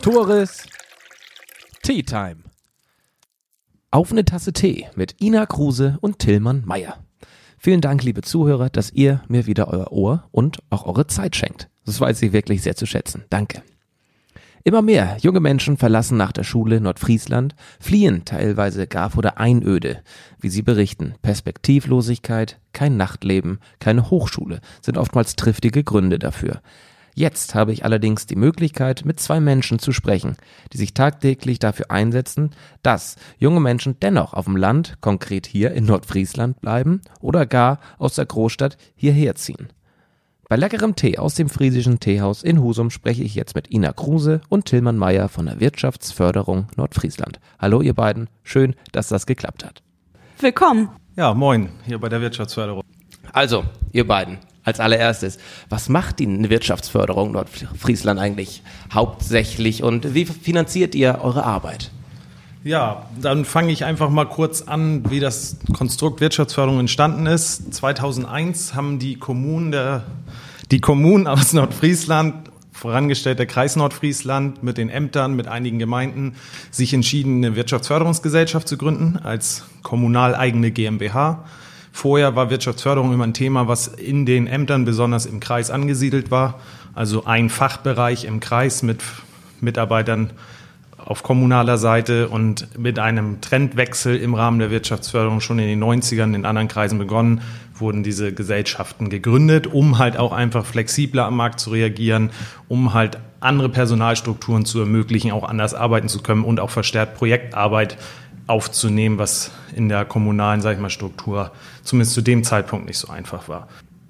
Tores Tea Time. Auf eine Tasse Tee mit Ina Kruse und Tillmann Meyer. Vielen Dank, liebe Zuhörer, dass ihr mir wieder euer Ohr und auch eure Zeit schenkt. Das weiß ich wirklich sehr zu schätzen. Danke. Immer mehr junge Menschen verlassen nach der Schule Nordfriesland, fliehen teilweise gar vor der Einöde. Wie sie berichten, Perspektivlosigkeit, kein Nachtleben, keine Hochschule sind oftmals triftige Gründe dafür. Jetzt habe ich allerdings die Möglichkeit, mit zwei Menschen zu sprechen, die sich tagtäglich dafür einsetzen, dass junge Menschen dennoch auf dem Land, konkret hier in Nordfriesland bleiben oder gar aus der Großstadt hierher ziehen. Bei leckerem Tee aus dem Friesischen Teehaus in Husum spreche ich jetzt mit Ina Kruse und Tillmann Meyer von der Wirtschaftsförderung Nordfriesland. Hallo ihr beiden, schön, dass das geklappt hat. Willkommen. Ja, moin, hier bei der Wirtschaftsförderung. Also, ihr beiden, als allererstes, was macht die Wirtschaftsförderung Nordfriesland eigentlich hauptsächlich und wie finanziert ihr eure Arbeit? Ja, dann fange ich einfach mal kurz an, wie das Konstrukt Wirtschaftsförderung entstanden ist. 2001 haben die Kommunen aus Nordfriesland, vorangestellt der Kreis Nordfriesland, mit den Ämtern, mit einigen Gemeinden, sich entschieden, eine Wirtschaftsförderungsgesellschaft zu gründen als kommunal eigene GmbH. Vorher war Wirtschaftsförderung immer ein Thema, was in den Ämtern, besonders im Kreis, angesiedelt war. Also ein Fachbereich im Kreis mit Mitarbeitern auf kommunaler Seite und mit einem Trendwechsel im Rahmen der Wirtschaftsförderung schon in den 90ern in anderen Kreisen begonnen, wurden diese Gesellschaften gegründet, um halt auch einfach flexibler am Markt zu reagieren, um halt andere Personalstrukturen zu ermöglichen, auch anders arbeiten zu können und auch verstärkt Projektarbeit aufzunehmen, was in der kommunalen, sag ich mal, Struktur zumindest zu dem Zeitpunkt nicht so einfach war.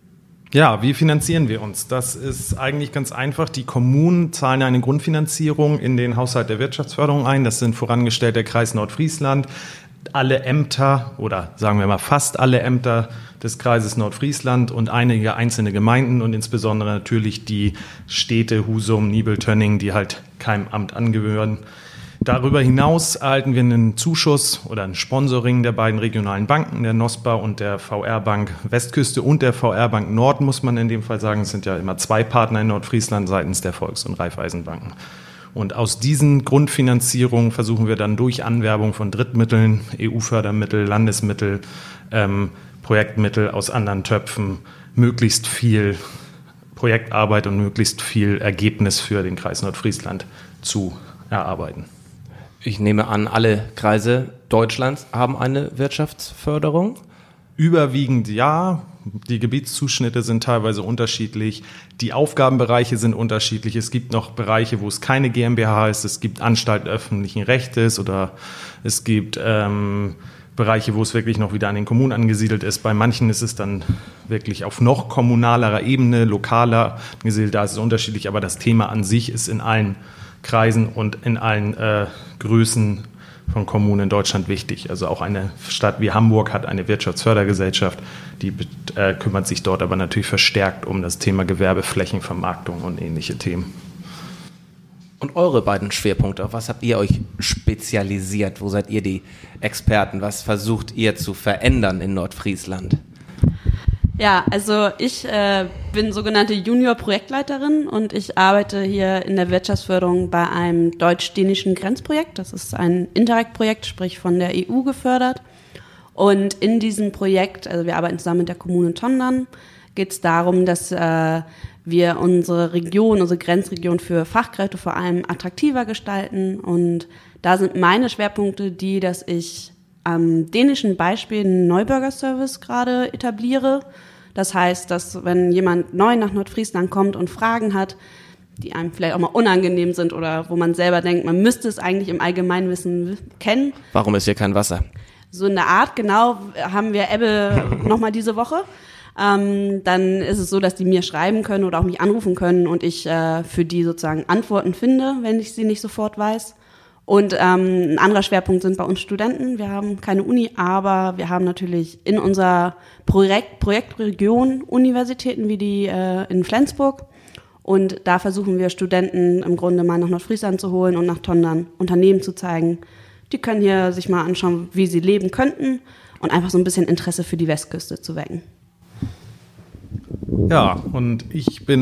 Ja, wie finanzieren wir uns? Das ist eigentlich ganz einfach. Die Kommunen zahlen eine Grundfinanzierung in den Haushalt der Wirtschaftsförderung ein. Das sind vorangestellt der Kreis Nordfriesland, alle Ämter oder sagen wir mal fast alle Ämter des Kreises Nordfriesland und einige einzelne Gemeinden und insbesondere natürlich die Städte Husum, Nibeltönning, die halt keinem Amt angehören. Darüber hinaus erhalten wir einen Zuschuss oder ein Sponsoring der beiden regionalen Banken, der NOSPA und der VR-Bank Westküste und der VR-Bank Nord, muss man in dem Fall sagen. Es sind ja immer zwei Partner in Nordfriesland seitens der Volks- und Raiffeisenbanken. Und aus diesen Grundfinanzierungen versuchen wir dann durch Anwerbung von Drittmitteln, EU-Fördermittel, Landesmittel, Projektmittel aus anderen Töpfen möglichst viel Projektarbeit und möglichst viel Ergebnis für den Kreis Nordfriesland zu erarbeiten. Ich nehme an, alle Kreise Deutschlands haben eine Wirtschaftsförderung? Überwiegend ja. Die Gebietszuschnitte sind teilweise unterschiedlich. Die Aufgabenbereiche sind unterschiedlich. Es gibt noch Bereiche, wo es keine GmbH ist. Es gibt Anstalten öffentlichen Rechtes oder es gibt Bereiche, wo es wirklich noch wieder an den Kommunen angesiedelt ist. Bei manchen ist es dann wirklich auf noch kommunalerer Ebene, lokaler angesiedelt. Da ist es unterschiedlich, aber das Thema an sich ist in allen Kreisen und in allen Größen von Kommunen in Deutschland wichtig. Also auch eine Stadt wie Hamburg hat eine Wirtschaftsfördergesellschaft, die kümmert sich dort aber natürlich verstärkt um das Thema Gewerbeflächenvermarktung und ähnliche Themen. Und eure beiden Schwerpunkte, auf was habt ihr euch spezialisiert? Wo seid ihr die Experten? Was versucht ihr zu verändern in Nordfriesland? Ja, also ich bin sogenannte Junior-Projektleiterin und ich arbeite hier in der Wirtschaftsförderung bei einem deutsch-dänischen Grenzprojekt. Das ist ein Interreg-Projekt, sprich von der EU gefördert. Und in diesem Projekt, also wir arbeiten zusammen mit der Kommune Tondern, geht es darum, dass wir unsere Region, unsere Grenzregion für Fachkräfte vor allem attraktiver gestalten. Und da sind meine Schwerpunkte die, dass ich am dänischen Beispiel einen Neubürgerservice gerade etabliere. Das heißt, dass wenn jemand neu nach Nordfriesland kommt und Fragen hat, die einem vielleicht auch mal unangenehm sind oder wo man selber denkt, man müsste es eigentlich im Allgemeinwissen kennen. Warum ist hier kein Wasser? So in der Art, genau, haben wir Ebbe nochmal diese Woche. Dann ist es so, dass die mir schreiben können oder auch mich anrufen können und ich für die sozusagen Antworten finde, wenn ich sie nicht sofort weiß. Und ein anderer Schwerpunkt sind bei uns Studenten. Wir haben keine Uni, aber wir haben natürlich in unserer Projektregion Universitäten wie die in Flensburg. Und da versuchen wir Studenten im Grunde mal nach Nordfriesland zu holen und nach Tondern Unternehmen zu zeigen. Die können hier sich mal anschauen, wie sie leben könnten und einfach so ein bisschen Interesse für die Westküste zu wecken. Ja, und ich bin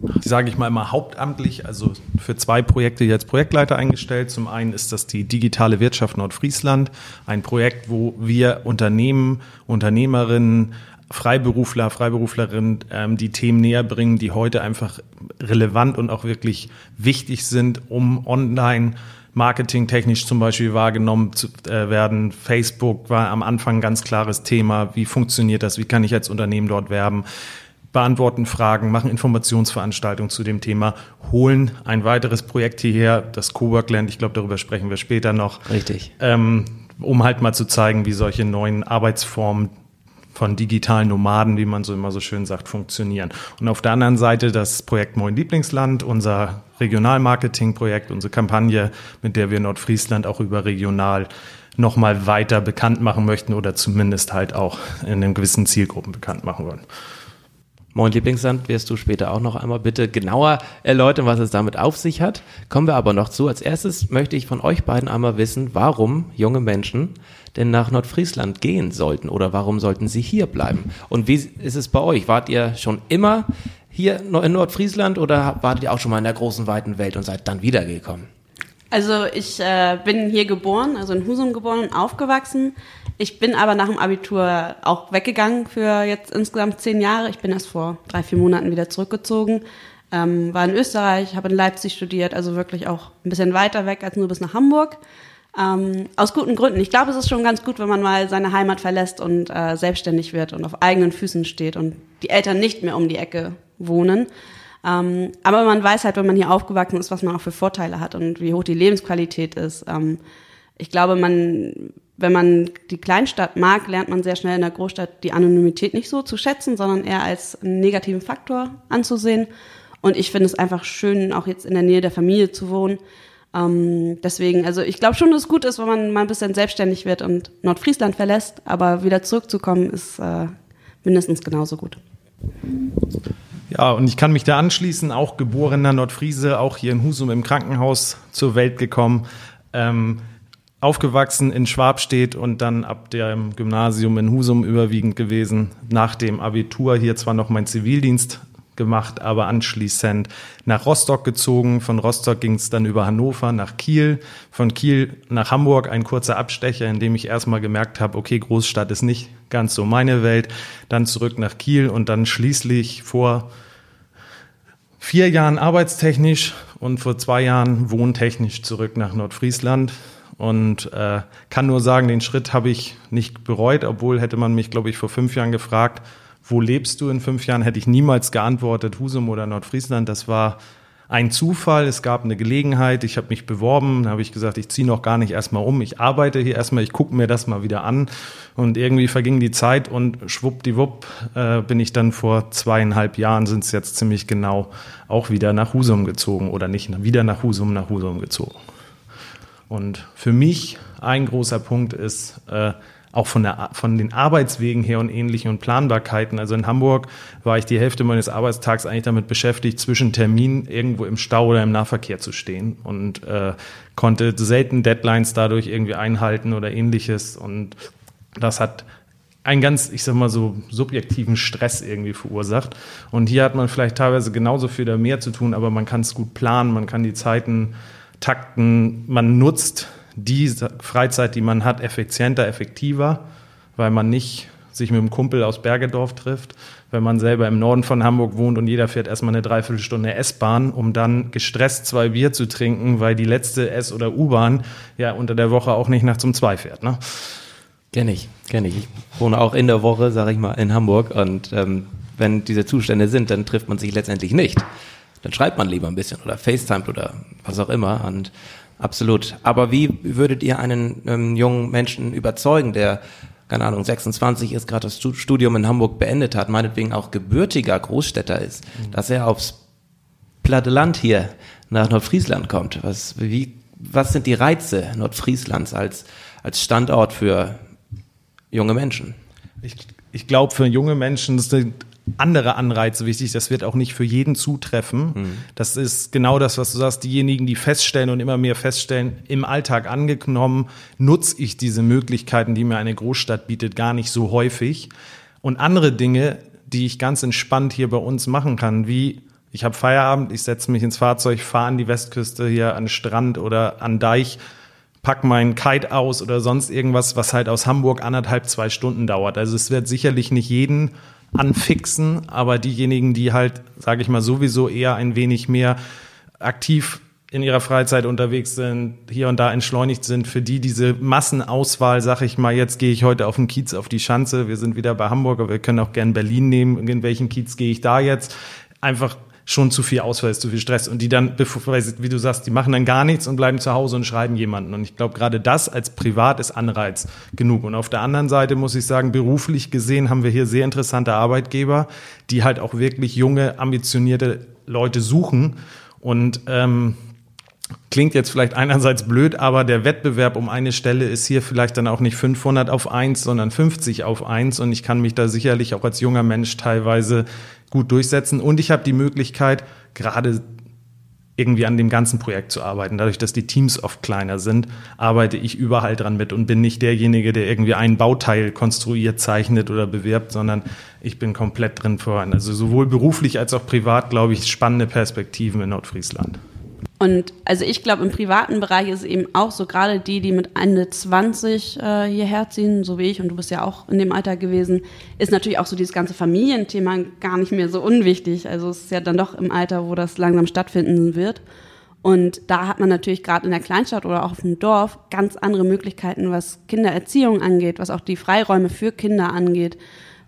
sage ich mal immer hauptamtlich, also für 2 Projekte jetzt Projektleiter eingestellt. Zum einen ist das die digitale Wirtschaft Nordfriesland, ein Projekt, wo wir Unternehmen, Unternehmerinnen, Freiberufler, Freiberuflerinnen die Themen näher bringen, die heute einfach relevant und auch wirklich wichtig sind, um online marketingtechnisch zum Beispiel wahrgenommen zu werden. Facebook war am Anfang ein ganz klares Thema. Wie funktioniert das? Wie kann ich als Unternehmen dort werben? Beantworten Fragen, machen Informationsveranstaltungen zu dem Thema, holen ein weiteres Projekt hierher, das Coworkland, ich glaube, darüber sprechen wir später noch. Richtig. Um halt mal zu zeigen, wie solche neuen Arbeitsformen von digitalen Nomaden, wie man so immer so schön sagt, funktionieren. Und auf der anderen Seite das Projekt Moin Lieblingsland, unser Regionalmarketingprojekt, unsere Kampagne, mit der wir Nordfriesland auch überregional nochmal weiter bekannt machen möchten oder zumindest halt auch in den gewissen Zielgruppen bekannt machen wollen. Moin Lieblingsland wirst du später auch noch einmal bitte genauer erläutern, was es damit auf sich hat. Kommen wir aber noch zu. Als erstes möchte ich von euch beiden einmal wissen, warum junge Menschen denn nach Nordfriesland gehen sollten oder warum sollten sie hier bleiben? Und wie ist es bei euch? Wart ihr schon immer hier in Nordfriesland oder wart ihr auch schon mal in der großen, weiten Welt und seid dann wiedergekommen? Also ich bin hier geboren, also in Husum geboren und aufgewachsen. Ich bin aber nach dem Abitur auch weggegangen für jetzt insgesamt 10 Jahre. Ich bin erst vor 3-4 Monaten wieder zurückgezogen, war in Österreich, habe in Leipzig studiert, also wirklich auch ein bisschen weiter weg als nur bis nach Hamburg. Aus guten Gründen. Ich glaube, es ist schon ganz gut, wenn man mal seine Heimat verlässt und selbstständig wird und auf eigenen Füßen steht und die Eltern nicht mehr um die Ecke wohnen. Aber man weiß halt, wenn man hier aufgewachsen ist, was man auch für Vorteile hat und wie hoch die Lebensqualität ist. Ich glaube, wenn man die Kleinstadt mag, lernt man sehr schnell in der Großstadt die Anonymität nicht so zu schätzen, sondern eher als einen negativen Faktor anzusehen. Und ich finde es einfach schön, auch jetzt in der Nähe der Familie zu wohnen. Deswegen, also ich glaube schon, dass es gut ist, wenn man mal ein bisschen selbstständig wird und Nordfriesland verlässt, aber wieder zurückzukommen ist mindestens genauso gut. Ja, und ich kann mich da anschließen, auch geborener Nordfriese, auch hier in Husum im Krankenhaus zur Welt gekommen, aufgewachsen in Schwabstedt und dann ab dem Gymnasium in Husum überwiegend gewesen, nach dem Abitur hier zwar noch mein Zivildienst gemacht, aber anschließend nach Rostock gezogen. Von Rostock ging es dann über Hannover nach Kiel, von Kiel nach Hamburg, ein kurzer Abstecher, in dem ich erstmal gemerkt habe, okay, Großstadt ist nicht ganz so meine Welt, dann zurück nach Kiel und dann schließlich vor 4 Jahren arbeitstechnisch und vor 2 Jahren wohntechnisch zurück nach Nordfriesland und kann nur sagen, den Schritt habe ich nicht bereut, obwohl hätte man mich, glaube ich, vor 5 Jahren gefragt, wo lebst du in 5 Jahren, hätte ich niemals geantwortet, Husum oder Nordfriesland. Das war ein Zufall, es gab eine Gelegenheit, ich habe mich beworben, da habe ich gesagt, ich ziehe noch gar nicht erstmal um, ich arbeite hier erstmal, ich gucke mir das mal wieder an und irgendwie verging die Zeit und schwuppdiwupp bin ich dann vor 2,5 Jahren, sind es jetzt ziemlich genau, auch wieder nach Husum gezogen oder nicht, wieder nach Husum gezogen. Und für mich ein großer Punkt ist, auch von den Arbeitswegen her und ähnlichen und Planbarkeiten. Also in Hamburg war ich die Hälfte meines Arbeitstags eigentlich damit beschäftigt, zwischen Terminen irgendwo im Stau oder im Nahverkehr zu stehen und konnte selten Deadlines dadurch irgendwie einhalten oder ähnliches. Und das hat einen ganz, ich sag mal so, subjektiven Stress irgendwie verursacht. Und hier hat man vielleicht teilweise genauso viel oder mehr zu tun, aber man kann es gut planen, man kann die Zeiten takten, man nutzt die Freizeit, die man hat, effizienter, effektiver, weil man nicht sich mit einem Kumpel aus Bergedorf trifft, wenn man selber im Norden von Hamburg wohnt und jeder fährt erstmal eine Dreiviertelstunde S-Bahn, um dann gestresst 2 Bier zu trinken, weil die letzte S- oder U-Bahn ja unter der Woche auch nicht nachts um 2 fährt, ne? Kenn ich. Ich wohne auch in der Woche, sage ich mal, in Hamburg und wenn diese Zustände sind, dann trifft man sich letztendlich nicht. Dann schreibt man lieber ein bisschen oder FaceTimet oder was auch immer und absolut. Aber wie würdet ihr einen jungen Menschen überzeugen, der, keine Ahnung, 26 ist, gerade das Studium in Hamburg beendet hat, meinetwegen auch gebürtiger Großstädter ist, dass er aufs platte Land hier nach Nordfriesland kommt? Was sind die Reize Nordfrieslands als Standort für junge Menschen? Ich glaube, für junge Menschen sind andere Anreize wichtig. Das wird auch nicht für jeden zutreffen. Das ist genau das, was du sagst. Diejenigen, die feststellen und immer mehr feststellen, im Alltag angenommen, nutze ich diese Möglichkeiten, die mir eine Großstadt bietet, gar nicht so häufig. Und andere Dinge, die ich ganz entspannt hier bei uns machen kann, wie ich habe Feierabend, ich setze mich ins Fahrzeug, fahre an die Westküste hier an den Strand oder an Deich, pack meinen Kite aus oder sonst irgendwas, was halt aus Hamburg 1,5-2 Stunden dauert. Also es wird sicherlich nicht jeden anfixen, aber diejenigen, die halt, sage ich mal, sowieso eher ein wenig mehr aktiv in ihrer Freizeit unterwegs sind, hier und da entschleunigt sind, für die diese Massenauswahl, sag ich mal, jetzt gehe ich heute auf den Kiez auf die Schanze, wir sind wieder bei Hamburg, aber wir können auch gern Berlin nehmen, in welchen Kiez gehe ich da jetzt, einfach schon zu viel Auswahl, ist zu viel Stress und die dann, wie du sagst, die machen dann gar nichts und bleiben zu Hause und schreiben jemanden und ich glaube, gerade das als Privat ist Anreiz genug und auf der anderen Seite muss ich sagen, beruflich gesehen haben wir hier sehr interessante Arbeitgeber, die halt auch wirklich junge, ambitionierte Leute suchen und klingt jetzt vielleicht einerseits blöd, aber der Wettbewerb um eine Stelle ist hier vielleicht dann auch nicht 500 auf 1, sondern 50 auf 1 und ich kann mich da sicherlich auch als junger Mensch teilweise gut durchsetzen und ich habe die Möglichkeit, gerade irgendwie an dem ganzen Projekt zu arbeiten. Dadurch, dass die Teams oft kleiner sind, arbeite ich überall dran mit und bin nicht derjenige, der irgendwie ein Bauteil konstruiert, zeichnet oder bewirbt, sondern ich bin komplett drin voran. Also sowohl beruflich als auch privat, glaube ich, spannende Perspektiven in Nordfriesland. Und also ich glaube, im privaten Bereich ist es eben auch so, gerade die mit Ende 20 hierher ziehen, so wie ich, und du bist ja auch in dem Alter gewesen, ist natürlich auch so dieses ganze Familienthema gar nicht mehr so unwichtig. Also es ist ja dann doch im Alter, wo das langsam stattfinden wird. Und da hat man natürlich gerade in der Kleinstadt oder auch auf dem Dorf ganz andere Möglichkeiten, was Kindererziehung angeht, was auch die Freiräume für Kinder angeht,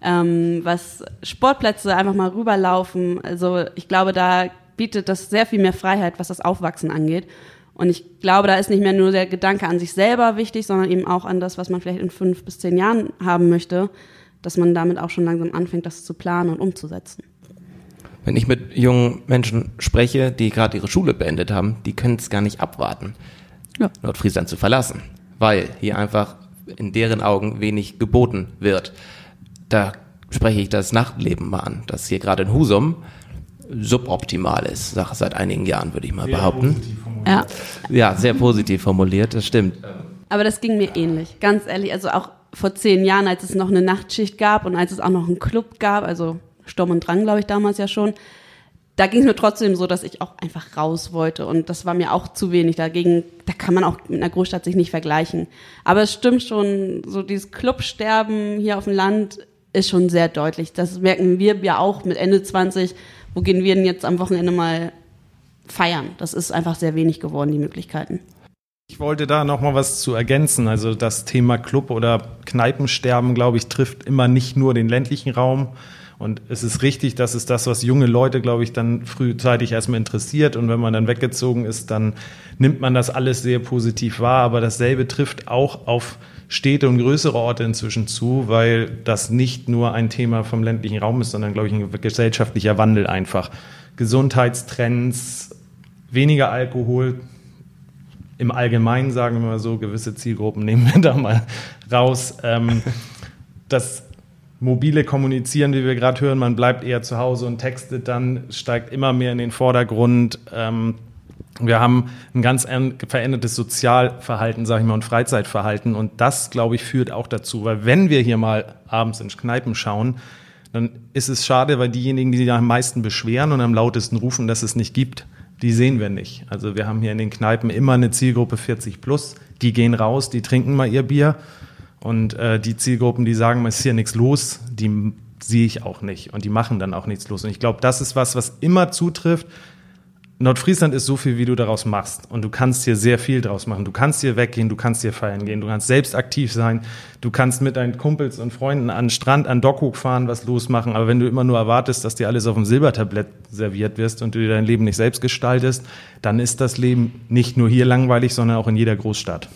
was Sportplätze einfach mal rüberlaufen. Also ich glaube, da bietet das sehr viel mehr Freiheit, was das Aufwachsen angeht. Und ich glaube, da ist nicht mehr nur der Gedanke an sich selber wichtig, sondern eben auch an das, was man vielleicht in 5 bis 10 Jahren haben möchte, dass man damit auch schon langsam anfängt, das zu planen und umzusetzen. Wenn ich mit jungen Menschen spreche, die gerade ihre Schule beendet haben, die können es gar nicht abwarten, Nordfriesland zu verlassen, weil hier einfach in deren Augen wenig geboten wird. Da spreche ich das Nachtleben mal an, das hier gerade in Husum suboptimal ist, seit einigen Jahren, würde ich mal behaupten. Ja, sehr positiv formuliert, das stimmt. Aber das ging mir ähnlich, ganz ehrlich. Also auch vor 10 Jahren, als es noch eine Nachtschicht gab und als es auch noch einen Club gab, also Sturm und Drang, glaube ich, damals ja schon, da ging es mir trotzdem so, dass ich auch einfach raus wollte und das war mir auch zu wenig. Da kann man auch mit einer Großstadt sich nicht vergleichen. Aber es stimmt schon, so dieses Clubsterben hier auf dem Land ist schon sehr deutlich. Das merken wir ja auch mit Ende 20. Wo gehen wir denn jetzt am Wochenende mal feiern? Das ist einfach sehr wenig geworden, die Möglichkeiten. Ich wollte da noch mal was zu ergänzen. Also das Thema Club- oder Kneipensterben, glaube ich, trifft immer nicht nur den ländlichen Raum. Und es ist richtig, das ist das, was junge Leute, glaube ich, dann frühzeitig erstmal interessiert. Und wenn man dann weggezogen ist, dann nimmt man das alles sehr positiv wahr. Aber dasselbe trifft auch auf Städte und größere Orte inzwischen zu, weil das nicht nur ein Thema vom ländlichen Raum ist, sondern, glaube ich, ein gesellschaftlicher Wandel einfach. Gesundheitstrends, weniger Alkohol, im Allgemeinen, sagen wir mal so, gewisse Zielgruppen nehmen wir da mal raus. Das mobile Kommunizieren, wie wir gerade hören, man bleibt eher zu Hause und textet dann, steigt immer mehr in den Vordergrund. Wir haben ein ganz verändertes Sozialverhalten, sage ich mal, und Freizeitverhalten. Und das, glaube ich, führt auch dazu, weil wenn wir hier mal abends in Kneipen schauen, dann ist es schade, weil diejenigen, die sich am meisten beschweren und am lautesten rufen, dass es nicht gibt, die sehen wir nicht. Also wir haben hier in den Kneipen immer eine Zielgruppe 40 plus, die gehen raus, die trinken mal ihr Bier. Und die Zielgruppen, die sagen, es ist hier nichts los, die sehe ich auch nicht. Und die machen dann auch nichts los. Und ich glaube, das ist was immer zutrifft. Nordfriesland ist so viel, wie du daraus machst. Und du kannst hier sehr viel draus machen. Du kannst hier weggehen, du kannst hier feiern gehen, du kannst selbst aktiv sein, du kannst mit deinen Kumpels und Freunden an den Strand, an Dockhook fahren, was losmachen. Aber wenn du immer nur erwartest, dass dir alles auf dem Silbertablett serviert wirst und du dir dein Leben nicht selbst gestaltest, dann ist das Leben nicht nur hier langweilig, sondern auch in jeder Großstadt.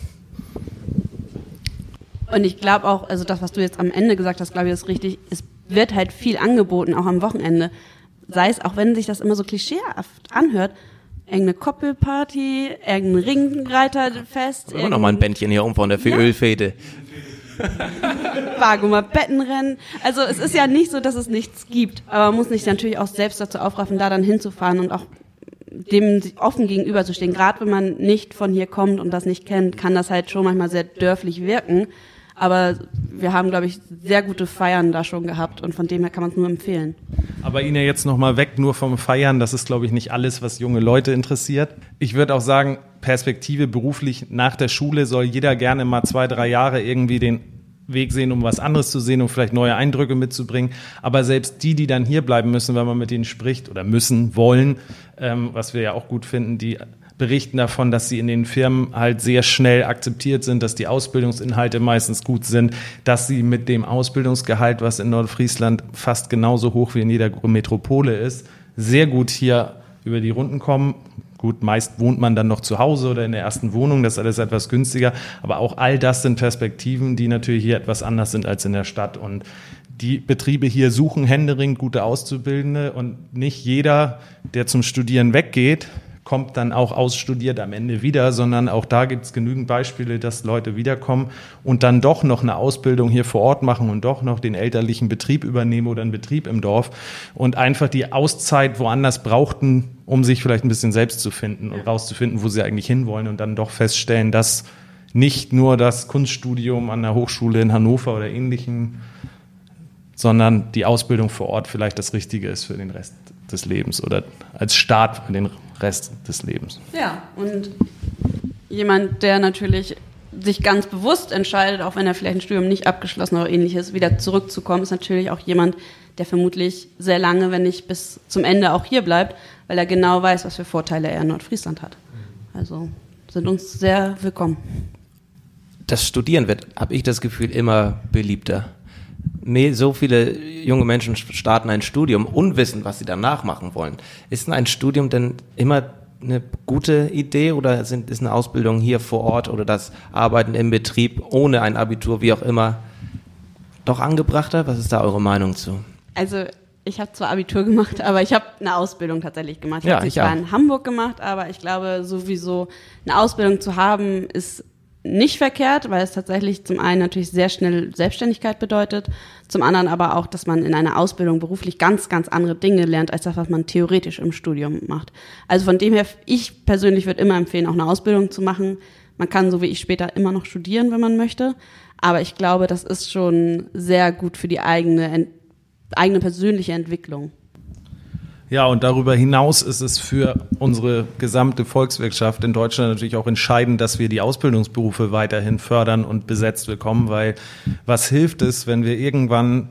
Und ich glaube auch, also das, was du jetzt am Ende gesagt hast, glaube ich, ist richtig. Es wird halt viel angeboten, auch am Wochenende. Sei es, auch wenn sich das immer so klischeehaft anhört, irgendeine Koppelparty, irgendein Ringreiterfest. Immer noch mal ein Bändchen hier umfahren, der für Ölfete. Wagumer Bettenrennen. Also es ist ja nicht so, dass es nichts gibt. Aber man muss sich natürlich auch selbst dazu aufraffen, da dann hinzufahren und auch dem offen gegenüberzustehen. Gerade wenn man nicht von hier kommt und das nicht kennt, kann das halt schon manchmal sehr dörflich wirken. Aber wir haben, glaube ich, sehr gute Feiern da schon gehabt und von dem her kann man es nur empfehlen. Aber Ina, jetzt nochmal weg nur vom Feiern. Das ist, glaube ich, nicht alles, was junge Leute interessiert. Ich würde auch sagen, Perspektive beruflich nach der Schule soll jeder gerne mal 2-3 Jahre irgendwie den Weg sehen, um was anderes zu sehen, um vielleicht neue Eindrücke mitzubringen. Aber selbst die dann hier bleiben müssen, wenn man mit denen spricht oder müssen, wollen, was wir ja auch gut finden, die berichten davon, dass sie in den Firmen halt sehr schnell akzeptiert sind, dass die Ausbildungsinhalte meistens gut sind, dass sie mit dem Ausbildungsgehalt, was in Nordfriesland fast genauso hoch wie in jeder Metropole ist, sehr gut hier über die Runden kommen. Gut, meist wohnt man dann noch zu Hause oder in der ersten Wohnung, das ist alles etwas günstiger. Aber auch all das sind Perspektiven, die natürlich hier etwas anders sind als in der Stadt. Und die Betriebe hier suchen händeringend gute Auszubildende und nicht jeder, der zum Studieren weggeht, kommt dann auch ausstudiert am Ende wieder, sondern auch da gibt es genügend Beispiele, dass Leute wiederkommen und dann doch noch eine Ausbildung hier vor Ort machen und doch noch den elterlichen Betrieb übernehmen oder einen Betrieb im Dorf und einfach die Auszeit woanders brauchten, um sich vielleicht ein bisschen selbst zu finden und rauszufinden, wo sie eigentlich hinwollen und dann doch feststellen, dass nicht nur das Kunststudium an der Hochschule in Hannover oder Ähnlichem, sondern die Ausbildung vor Ort vielleicht das Richtige ist für den Rest des Lebens oder als Start für den Rest des Lebens. Ja, und jemand, der natürlich sich ganz bewusst entscheidet, auch wenn er vielleicht ein Studium nicht abgeschlossen oder Ähnliches, wieder zurückzukommen, ist natürlich auch jemand, der vermutlich sehr lange, wenn nicht bis zum Ende auch hier bleibt, weil er genau weiß, was für Vorteile er in Nordfriesland hat. Also sind uns sehr willkommen. Das Studieren wird, habe ich das Gefühl, immer beliebter. So viele junge Menschen starten ein Studium und wissen, was sie danach machen wollen. Ist denn ein Studium denn immer eine gute Idee oder ist eine Ausbildung hier vor Ort oder das Arbeiten im Betrieb ohne ein Abitur, wie auch immer, doch angebrachter? Was ist da eure Meinung zu? Also ich habe zwar Abitur gemacht, aber ich habe eine Ausbildung tatsächlich gemacht. Ich habe ich zwar in Hamburg gemacht, aber ich glaube, sowieso eine Ausbildung zu haben, ist nicht verkehrt, weil es tatsächlich zum einen natürlich sehr schnell Selbstständigkeit bedeutet, zum anderen aber auch, dass man in einer Ausbildung beruflich ganz, ganz andere Dinge lernt, als das, was man theoretisch im Studium macht. Also von dem her, ich persönlich würde immer empfehlen, auch eine Ausbildung zu machen. Man kann, so wie ich, später immer noch studieren, wenn man möchte, aber ich glaube, das ist schon sehr gut für die eigene persönliche Entwicklung. Ja, und darüber hinaus ist es für unsere gesamte Volkswirtschaft in Deutschland natürlich auch entscheidend, dass wir die Ausbildungsberufe weiterhin fördern und besetzt bekommen, weil was hilft es, wenn wir irgendwann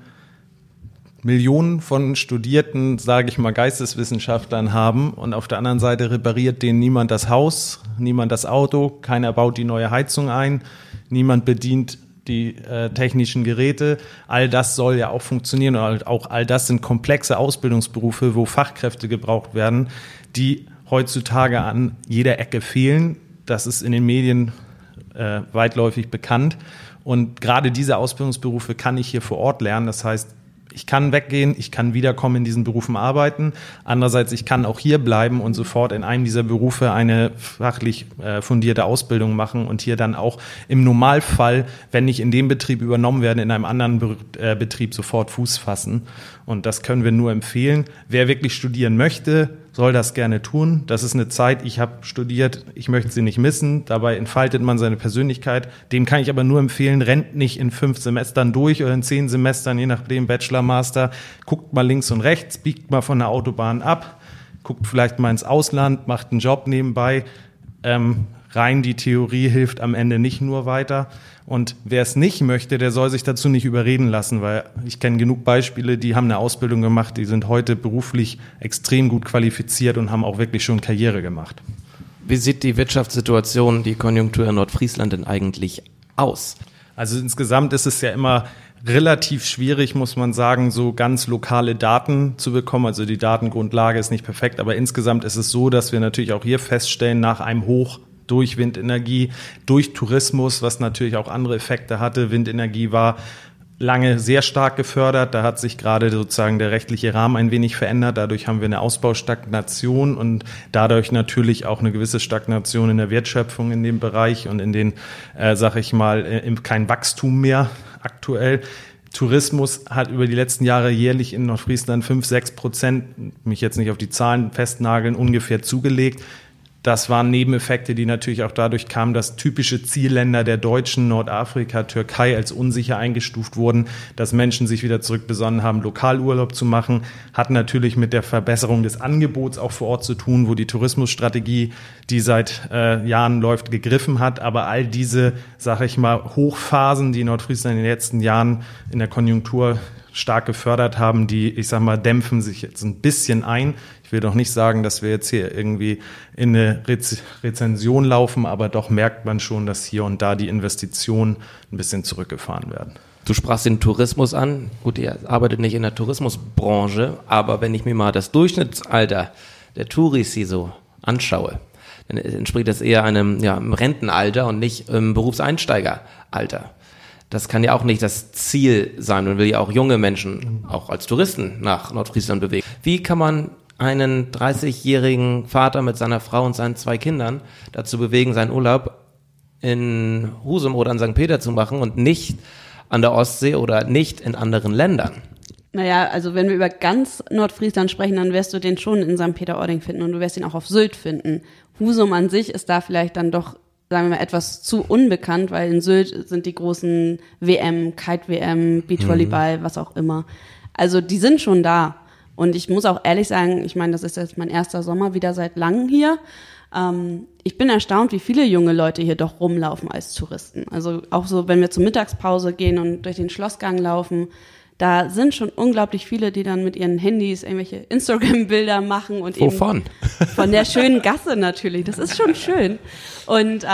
Millionen von studierten, sage ich mal, Geisteswissenschaftlern haben und auf der anderen Seite repariert denen niemand das Haus, niemand das Auto, keiner baut die neue Heizung ein, niemand bedient die technischen Geräte, all das soll ja auch funktionieren und auch all das sind komplexe Ausbildungsberufe, wo Fachkräfte gebraucht werden, die heutzutage an jeder Ecke fehlen. Das ist in den Medien weitläufig bekannt und gerade diese Ausbildungsberufe kann ich hier vor Ort lernen. Das heißt, ich kann weggehen, ich kann wiederkommen in diesen Berufen arbeiten. Andererseits, ich kann auch hier bleiben und sofort in einem dieser Berufe eine fachlich fundierte Ausbildung machen und hier dann auch im Normalfall, wenn ich in dem Betrieb übernommen werde, in einem anderen Betrieb sofort Fuß fassen. Und das können wir nur empfehlen. Wer wirklich studieren möchte, soll das gerne tun. Das ist eine Zeit, ich habe studiert, ich möchte sie nicht missen. Dabei entfaltet man seine Persönlichkeit. Dem kann ich aber nur empfehlen, rennt nicht in 5 Semestern durch oder in 10 Semestern, je nachdem, Bachelor, Master. Guckt mal links und rechts, biegt mal von der Autobahn ab, guckt vielleicht mal ins Ausland, macht einen Job nebenbei. Rein die Theorie hilft am Ende nicht nur weiter. Und wer es nicht möchte, der soll sich dazu nicht überreden lassen, weil ich kenne genug Beispiele, die haben eine Ausbildung gemacht, die sind heute beruflich extrem gut qualifiziert und haben auch wirklich schon Karriere gemacht. Wie sieht die Wirtschaftssituation, die Konjunktur in Nordfriesland denn eigentlich aus? Also insgesamt ist es ja immer relativ schwierig, muss man sagen, so ganz lokale Daten zu bekommen. Also die Datengrundlage ist nicht perfekt, aber insgesamt ist es so, dass wir natürlich auch hier feststellen, nach einem Hoch durch Windenergie, durch Tourismus, was natürlich auch andere Effekte hatte. Windenergie war lange sehr stark gefördert. Da hat sich gerade sozusagen der rechtliche Rahmen ein wenig verändert. Dadurch haben wir eine Ausbaustagnation und dadurch natürlich auch eine gewisse Stagnation in der Wertschöpfung in dem Bereich und in den, sag ich mal, kein Wachstum mehr aktuell. Tourismus hat über die letzten Jahre jährlich in Nordfriesland 5-6%, mich jetzt nicht auf die Zahlen festnageln, ungefähr zugelegt. Das waren Nebeneffekte, die natürlich auch dadurch kamen, dass typische Zielländer der Deutschen, Nordafrika, Türkei als unsicher eingestuft wurden, dass Menschen sich wieder zurückbesonnen haben, Lokalurlaub zu machen, hat natürlich mit der Verbesserung des Angebots auch vor Ort zu tun, wo die Tourismusstrategie, die seit Jahren läuft, gegriffen hat. Aber all diese, sage ich mal, Hochphasen, die Nordfriesland in den letzten Jahren in der Konjunktur stark gefördert haben, die, ich sag mal, dämpfen sich jetzt ein bisschen ein. Ich will doch nicht sagen, dass wir jetzt hier irgendwie in eine Rezension laufen, aber doch merkt man schon, dass hier und da die Investitionen ein bisschen zurückgefahren werden. Du sprachst den Tourismus an. Gut, ihr arbeitet nicht in der Tourismusbranche, aber wenn ich mir mal das Durchschnittsalter der Touris hier so anschaue, dann entspricht das eher einem Rentenalter und nicht Berufseinsteigeralter. Das kann ja auch nicht das Ziel sein. Man will ja auch junge Menschen auch als Touristen nach Nordfriesland bewegen. Wie kann man einen 30-jährigen Vater mit seiner Frau und seinen 2 Kindern dazu bewegen, seinen Urlaub in Husum oder in St. Peter zu machen und nicht an der Ostsee oder nicht in anderen Ländern? Naja, also wenn wir über ganz Nordfriesland sprechen, dann wirst du den schon in St. Peter-Ording finden und du wirst ihn auch auf Sylt finden. Husum an sich ist da vielleicht dann doch, sagen wir mal, etwas zu unbekannt, weil in Sylt sind die großen WM, Kite-WM, Beachvolleyball, was auch immer. Also die sind schon da. Und ich muss auch ehrlich sagen, ich meine, das ist jetzt mein erster Sommer wieder seit langem hier. Ich bin erstaunt, wie viele junge Leute hier doch rumlaufen als Touristen. Also auch so, wenn wir zur Mittagspause gehen und durch den Schlossgang laufen, da sind schon unglaublich viele, die dann mit ihren Handys irgendwelche Instagram-Bilder machen. Und wovon? Eben von der schönen Gasse natürlich. Das ist schon schön. Und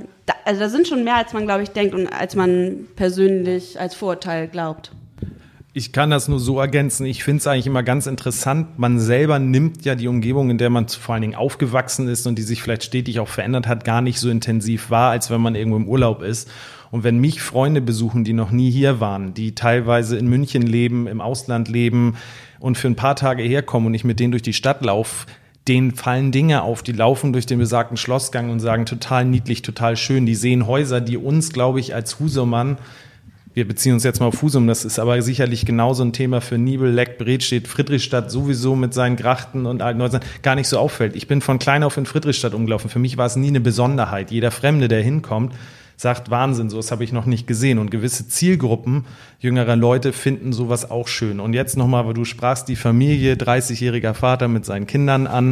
da sind schon mehr, als man, glaube ich, denkt und als man persönlich als Vorurteil glaubt. Ich kann das nur so ergänzen. Ich finde es eigentlich immer ganz interessant. Man selber nimmt ja die Umgebung, in der man vor allen Dingen aufgewachsen ist und die sich vielleicht stetig auch verändert hat, gar nicht so intensiv wahr, als wenn man irgendwo im Urlaub ist. Und wenn mich Freunde besuchen, die noch nie hier waren, die teilweise in München leben, im Ausland leben und für ein paar Tage herkommen und ich mit denen durch die Stadt laufe, denen fallen Dinge auf, die laufen durch den besagten Schlossgang und sagen, total niedlich, total schön. Die sehen Häuser, die uns, glaube ich, als Husumern, wir beziehen uns jetzt mal auf Husum, das ist aber sicherlich genauso ein Thema für Nibel, Leck, Bredstedt, Friedrichstadt sowieso mit seinen Grachten und alten Häusern gar nicht so auffällt. Ich bin von klein auf in Friedrichstadt umgelaufen. Für mich war es nie eine Besonderheit. Jeder Fremde, der hinkommt, sagt, Wahnsinn, sowas habe ich noch nicht gesehen. Und gewisse Zielgruppen jüngerer Leute finden sowas auch schön. Und jetzt nochmal, weil du sprachst die Familie, 30-jähriger Vater mit seinen Kindern an.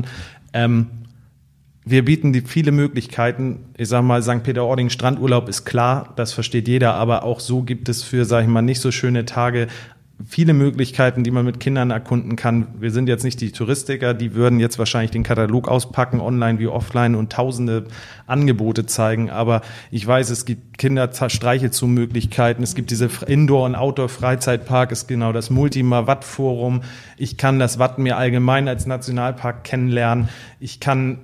Wir bieten viele Möglichkeiten. Ich sag mal, St. Peter-Ording Strandurlaub ist klar, das versteht jeder, aber auch so gibt es für, sag ich mal, nicht so schöne Tage viele Möglichkeiten, die man mit Kindern erkunden kann. Wir sind jetzt nicht die Touristiker, die würden jetzt wahrscheinlich den Katalog auspacken, online wie offline und tausende Angebote zeigen. Aber ich weiß, es gibt Kinderstreichelzoo-Möglichkeiten, es gibt diese Indoor- und Outdoor-Freizeitpark, es ist genau das Multima-Watt-Forum. Ich kann das Wattenmeer allgemein als Nationalpark kennenlernen. Ich kann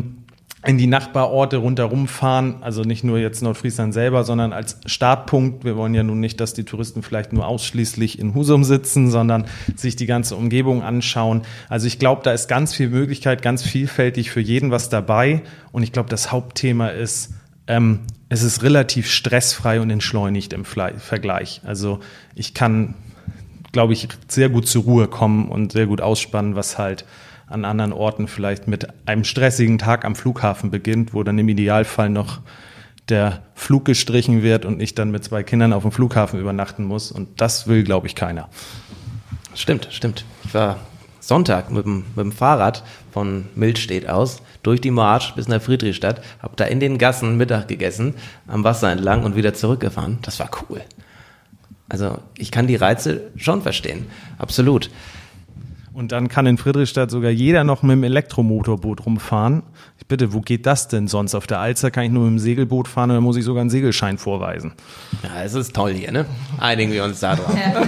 in die Nachbarorte rundherum fahren, also nicht nur jetzt Nordfriesland selber, sondern als Startpunkt. Wir wollen ja nun nicht, dass die Touristen vielleicht nur ausschließlich in Husum sitzen, sondern sich die ganze Umgebung anschauen. Also ich glaube, da ist ganz viel Möglichkeit, ganz vielfältig für jeden was dabei. Und ich glaube, das Hauptthema ist, es ist relativ stressfrei und entschleunigt im Vergleich. Also ich kann, glaube ich, sehr gut zur Ruhe kommen und sehr gut ausspannen, was halt an anderen Orten vielleicht mit einem stressigen Tag am Flughafen beginnt, wo dann im Idealfall noch der Flug gestrichen wird und ich dann mit 2 Kindern auf dem Flughafen übernachten muss. Und das will, glaube ich, keiner. Stimmt. Ich war Sonntag mit dem Fahrrad von Milstedt aus durch die Marsch bis nach Friedrichstadt, habe da in den Gassen Mittag gegessen, am Wasser entlang und wieder zurückgefahren. Das war cool. Also ich kann die Reize schon verstehen, absolut. Und dann kann in Friedrichstadt sogar jeder noch mit dem Elektromotorboot rumfahren. Ich bitte, wo geht das denn sonst? Auf der Alster kann ich nur mit dem Segelboot fahren und dann muss ich sogar einen Segelschein vorweisen. Ja, es ist toll hier, ne? Einigen wir uns da drauf. Ja.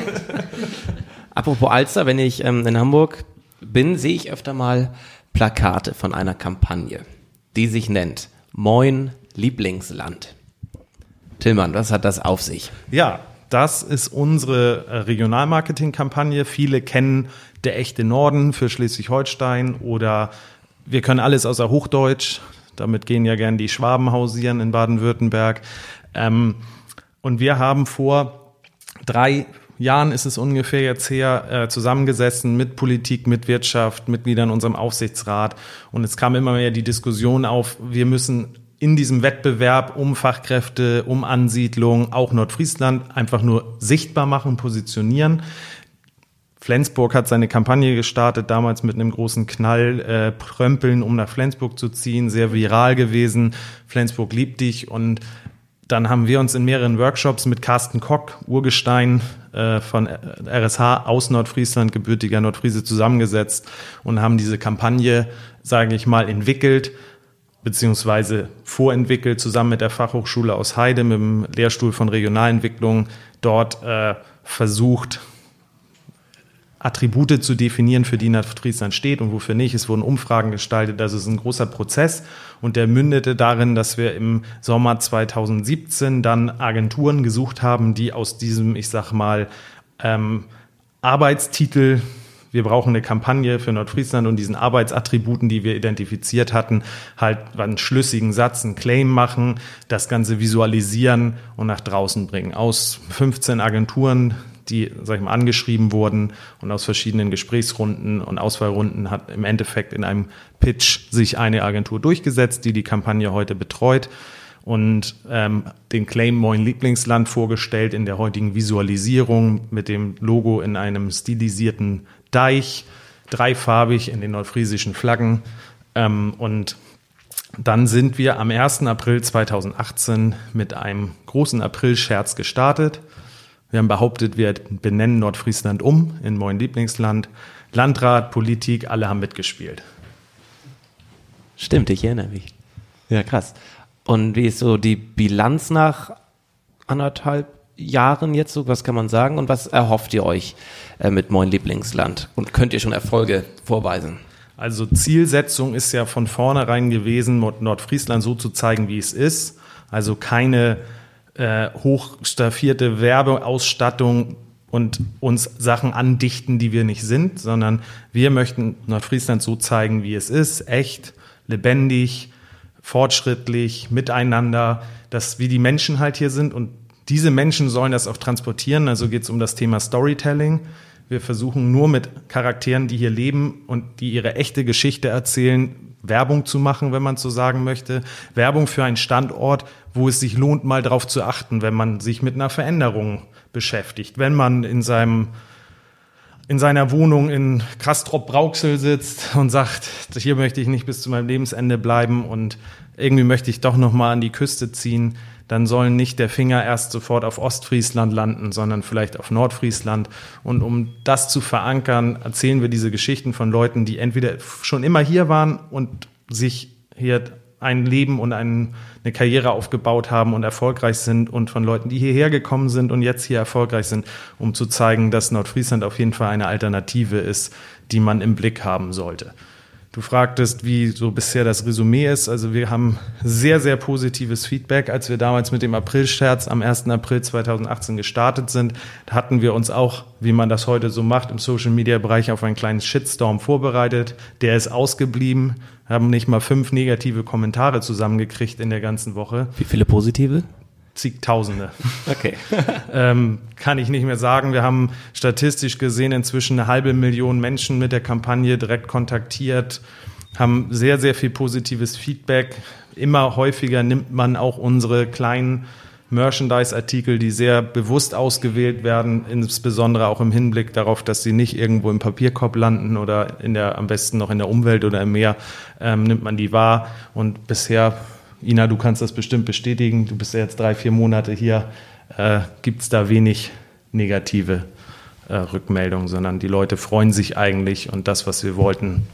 Apropos Alster, wenn ich in Hamburg bin, sehe ich öfter mal Plakate von einer Kampagne, die sich nennt Moin Lieblingsland. Tillmann, was hat das auf sich? Ja, das ist unsere Regionalmarketing-Kampagne. Viele kennen Der echte Norden für Schleswig-Holstein oder wir können alles außer Hochdeutsch. Damit gehen ja gern die Schwaben hausieren in Baden-Württemberg. Und wir haben vor 3 Jahren ist es ungefähr jetzt her, zusammengesessen mit Politik, mit Wirtschaft, Mitgliedern in unserem Aufsichtsrat. Und es kam immer mehr die Diskussion auf, wir müssen in diesem Wettbewerb um Fachkräfte, um Ansiedlung, auch Nordfriesland einfach nur sichtbar machen, positionieren. Flensburg hat seine Kampagne gestartet, damals mit einem großen Knall, Prömpeln, um nach Flensburg zu ziehen, sehr viral gewesen. Flensburg liebt dich. Und dann haben wir uns in mehreren Workshops mit Carsten Kock, Urgestein von RSH aus Nordfriesland, gebürtiger Nordfriese, zusammengesetzt und haben diese Kampagne, sage ich mal, entwickelt, beziehungsweise vorentwickelt, zusammen mit der Fachhochschule aus Heide, mit dem Lehrstuhl von Regionalentwicklung, dort versucht, Attribute zu definieren, für die Nordfriesland steht und wofür nicht. Es wurden Umfragen gestaltet, das ist ein großer Prozess und der mündete darin, dass wir im Sommer 2017 dann Agenturen gesucht haben, die aus diesem, ich sag mal, Arbeitstitel, wir brauchen eine Kampagne für Nordfriesland und diesen Arbeitsattributen, die wir identifiziert hatten, halt einen schlüssigen Satz, einen Claim machen, das Ganze visualisieren und nach draußen bringen. Aus 15 Agenturen, die, sag ich mal, angeschrieben wurden und aus verschiedenen Gesprächsrunden und Auswahlrunden hat im Endeffekt in einem Pitch sich eine Agentur durchgesetzt, die Kampagne heute betreut und den Claim Moin Lieblingsland vorgestellt in der heutigen Visualisierung mit dem Logo in einem stilisierten Deich, dreifarbig in den nordfriesischen Flaggen und dann sind wir am 1. April 2018 mit einem großen Aprilscherz gestartet. Wir haben behauptet, wir benennen Nordfriesland um in Moin Lieblingsland. Landrat, Politik, alle haben mitgespielt. Stimmt, ich erinnere mich. Ja, krass. Und wie ist so die Bilanz nach 1,5 Jahren jetzt so? Was kann man sagen? Und was erhofft ihr euch mit Moin Lieblingsland? Und könnt ihr schon Erfolge vorweisen? Also Zielsetzung ist ja von vornherein gewesen, Nordfriesland so zu zeigen, wie es ist. Also keine hochstaffierte Werbeausstattung und uns Sachen andichten, die wir nicht sind, sondern wir möchten Nordfriesland so zeigen, wie es ist, echt, lebendig, fortschrittlich, miteinander, dass wie die Menschen halt hier sind und diese Menschen sollen das auch transportieren, also geht es um das Thema Storytelling. Wir versuchen nur mit Charakteren, die hier leben und die ihre echte Geschichte erzählen, Werbung zu machen, wenn man so sagen möchte. Werbung für einen Standort, wo es sich lohnt, mal drauf zu achten, wenn man sich mit einer Veränderung beschäftigt. Wenn man in seiner Wohnung in Castrop-Rauxel sitzt und sagt, hier möchte ich nicht bis zu meinem Lebensende bleiben und irgendwie möchte ich doch noch mal an die Küste ziehen, dann soll nicht der Finger erst sofort auf Ostfriesland landen, sondern vielleicht auf Nordfriesland. Und um das zu verankern, erzählen wir diese Geschichten von Leuten, die entweder schon immer hier waren und sich hier ein Leben und eine Karriere aufgebaut haben und erfolgreich sind und von Leuten, die hierher gekommen sind und jetzt hier erfolgreich sind, um zu zeigen, dass Nordfriesland auf jeden Fall eine Alternative ist, die man im Blick haben sollte. Du fragtest, wie so bisher das Resümee ist. Also wir haben sehr, sehr positives Feedback. Als wir damals mit dem Aprilscherz am 1. April 2018 gestartet sind, da hatten wir uns auch, wie man das heute so macht, im Social-Media-Bereich auf einen kleinen Shitstorm vorbereitet. Der ist ausgeblieben. Wir haben nicht mal 5 negative Kommentare zusammengekriegt in der ganzen Woche. Wie viele positive? Zigtausende. Okay. Kann ich nicht mehr sagen. Wir haben statistisch gesehen inzwischen 500.000 Menschen mit der Kampagne direkt kontaktiert, haben sehr, sehr viel positives Feedback. Immer häufiger nimmt man auch unsere kleinen Merchandise-Artikel, die sehr bewusst ausgewählt werden, insbesondere auch im Hinblick darauf, dass sie nicht irgendwo im Papierkorb landen oder am besten noch in der Umwelt oder im Meer, nimmt man die wahr. Und bisher, Ina, du kannst das bestimmt bestätigen, du bist ja jetzt 3-4 Monate hier, gibt es da wenig negative Rückmeldungen, sondern die Leute freuen sich eigentlich und das, was wir wollten,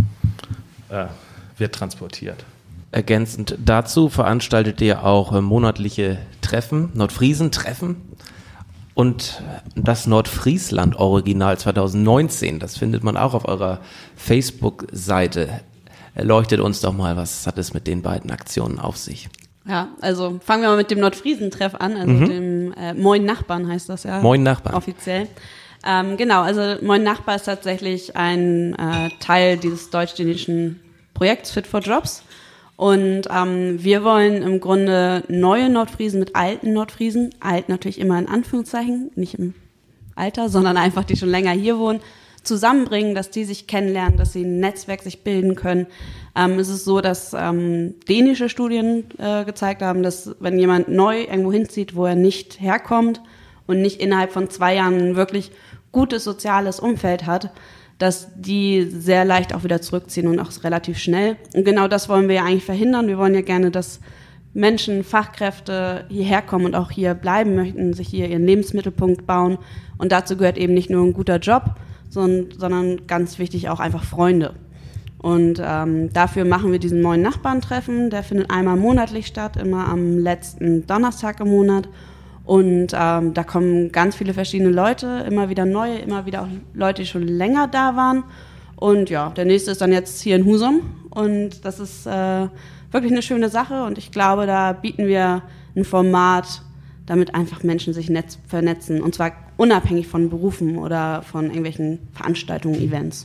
wird transportiert. Ergänzend dazu veranstaltet ihr auch monatliche Treffen, Nordfriesen-Treffen und das Nordfriesland-Original 2019, das findet man auch auf eurer Facebook-Seite. Erleuchtet uns doch mal, was hat es mit den beiden Aktionen auf sich? Ja, also fangen wir mal mit dem Nordfriesen-Treff an, also dem Moin Nachbarn heißt das ja. Moin Nachbarn. Offiziell. Genau, also Moin Nachbar ist tatsächlich ein Teil dieses deutsch-dänischen Projekts Fit for Jobs. Und wir wollen im Grunde neue Nordfriesen mit alten Nordfriesen, alt natürlich immer in Anführungszeichen, nicht im Alter, sondern einfach die schon länger hier wohnen, zusammenbringen, dass die sich kennenlernen, dass sie ein Netzwerk sich bilden können. Es ist so, dass dänische Studien gezeigt haben, dass wenn jemand neu irgendwo hinzieht, wo er nicht herkommt und nicht innerhalb von 2 Jahren ein wirklich gutes soziales Umfeld hat, dass die sehr leicht auch wieder zurückziehen und auch relativ schnell. Und genau das wollen wir ja eigentlich verhindern. Wir wollen ja gerne, dass Menschen, Fachkräfte hierher kommen und auch hier bleiben möchten, sich hier ihren Lebensmittelpunkt bauen. Und dazu gehört eben nicht nur ein guter Job, sondern ganz wichtig auch einfach Freunde. Und dafür machen wir diesen neuen Nachbarntreffen. Der findet einmal monatlich statt, immer am letzten Donnerstag im Monat. Und da kommen ganz viele verschiedene Leute, immer wieder neue, immer wieder auch Leute, die schon länger da waren. Und ja, der nächste ist dann jetzt hier in Husum. Und das ist wirklich eine schöne Sache. Und ich glaube, da bieten wir ein Format, damit einfach Menschen sich vernetzen. Und zwar unabhängig von Berufen oder von irgendwelchen Veranstaltungen, Events.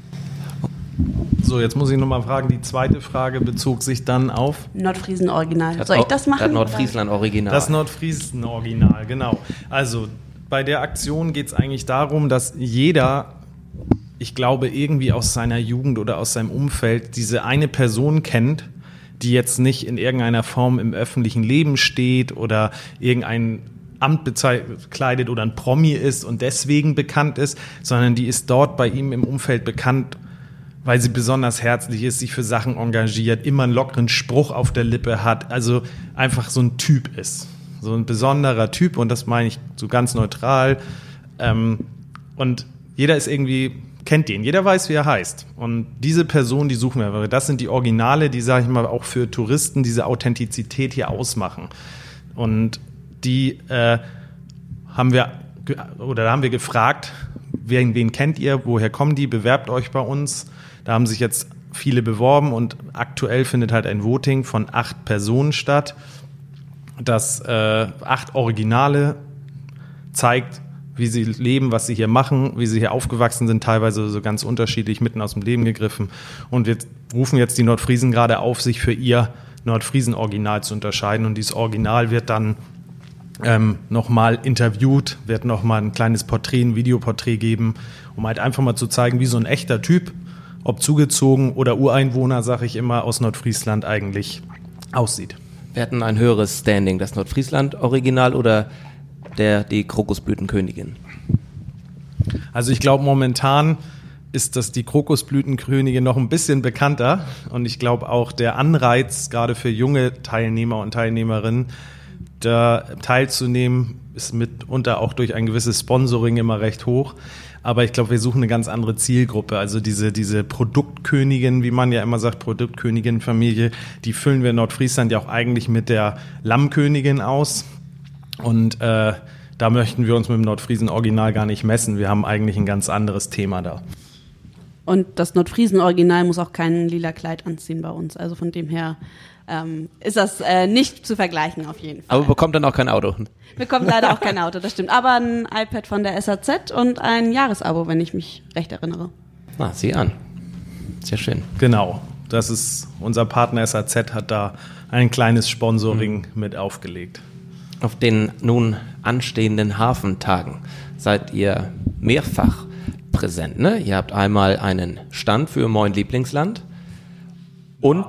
So, jetzt muss ich nochmal fragen, die zweite Frage bezog sich dann auf? Nordfriesen-Original. Soll ich das machen? Das Nordfriesland-Original. Das Nordfriesen-Original, genau. Also bei der Aktion geht es eigentlich darum, dass jeder, ich glaube, irgendwie aus seiner Jugend oder aus seinem Umfeld diese eine Person kennt, die jetzt nicht in irgendeiner Form im öffentlichen Leben steht oder irgendein Amt bekleidet oder ein Promi ist und deswegen bekannt ist, sondern die ist dort bei ihm im Umfeld bekannt, weil sie besonders herzlich ist, sich für Sachen engagiert, immer einen lockeren Spruch auf der Lippe hat, also einfach so ein Typ ist. So ein besonderer Typ, und das meine ich so ganz neutral. Und jeder ist irgendwie, kennt den, jeder weiß, wie er heißt. Und diese Person, die suchen wir, weil das sind die Originale, die, sage ich mal, auch für Touristen diese Authentizität hier ausmachen. Und die haben wir gefragt, wen kennt ihr, woher kommen die, bewerbt euch bei uns. Da haben sich jetzt viele beworben und aktuell findet halt ein Voting von 8 Personen statt, das 8 Originale zeigt, wie sie leben, was sie hier machen, wie sie hier aufgewachsen sind, teilweise so ganz unterschiedlich, mitten aus dem Leben gegriffen. Und wir rufen jetzt die Nordfriesen gerade auf, sich für ihr Nordfriesen-Original zu unterscheiden. Und dieses Original wird dann nochmal interviewt, wird nochmal ein kleines Porträt, ein Videoporträt geben, um halt einfach mal zu zeigen, wie so ein echter Typ, ob zugezogen oder Ureinwohner, sage ich immer, aus Nordfriesland eigentlich aussieht. Wir hatten ein höheres Standing, das Nordfriesland-Original oder die Krokusblütenkönigin? Also ich glaube, momentan ist das die Krokusblütenkönigin noch ein bisschen bekannter, und ich glaube auch der Anreiz, gerade für junge Teilnehmer und Teilnehmerinnen, da teilzunehmen, ist mitunter auch durch ein gewisses Sponsoring immer recht hoch. Aber ich glaube, wir suchen eine ganz andere Zielgruppe. Also diese Produktkönigin, wie man ja immer sagt, Produktkönigin-Familie, die füllen wir in Nordfriesland ja auch eigentlich mit der Lammkönigin aus. Und da möchten wir uns mit dem Nordfriesen-Original gar nicht messen. Wir haben eigentlich ein ganz anderes Thema da. Und das Nordfriesen-Original muss auch kein lila Kleid anziehen bei uns. Also von dem her ist das nicht zu vergleichen auf jeden Fall. Aber bekommt dann auch kein Auto? Bekommt leider auch kein Auto, das stimmt. Aber ein iPad von der SAZ und ein Jahresabo, wenn ich mich recht erinnere. Na, sieh an. Sehr schön. Genau. Das ist, unser Partner SAZ hat da ein kleines Sponsoring mit aufgelegt. Auf den nun anstehenden Hafentagen seid ihr mehrfach präsent, ne? Ihr habt einmal einen Stand für Moin Lieblingsland und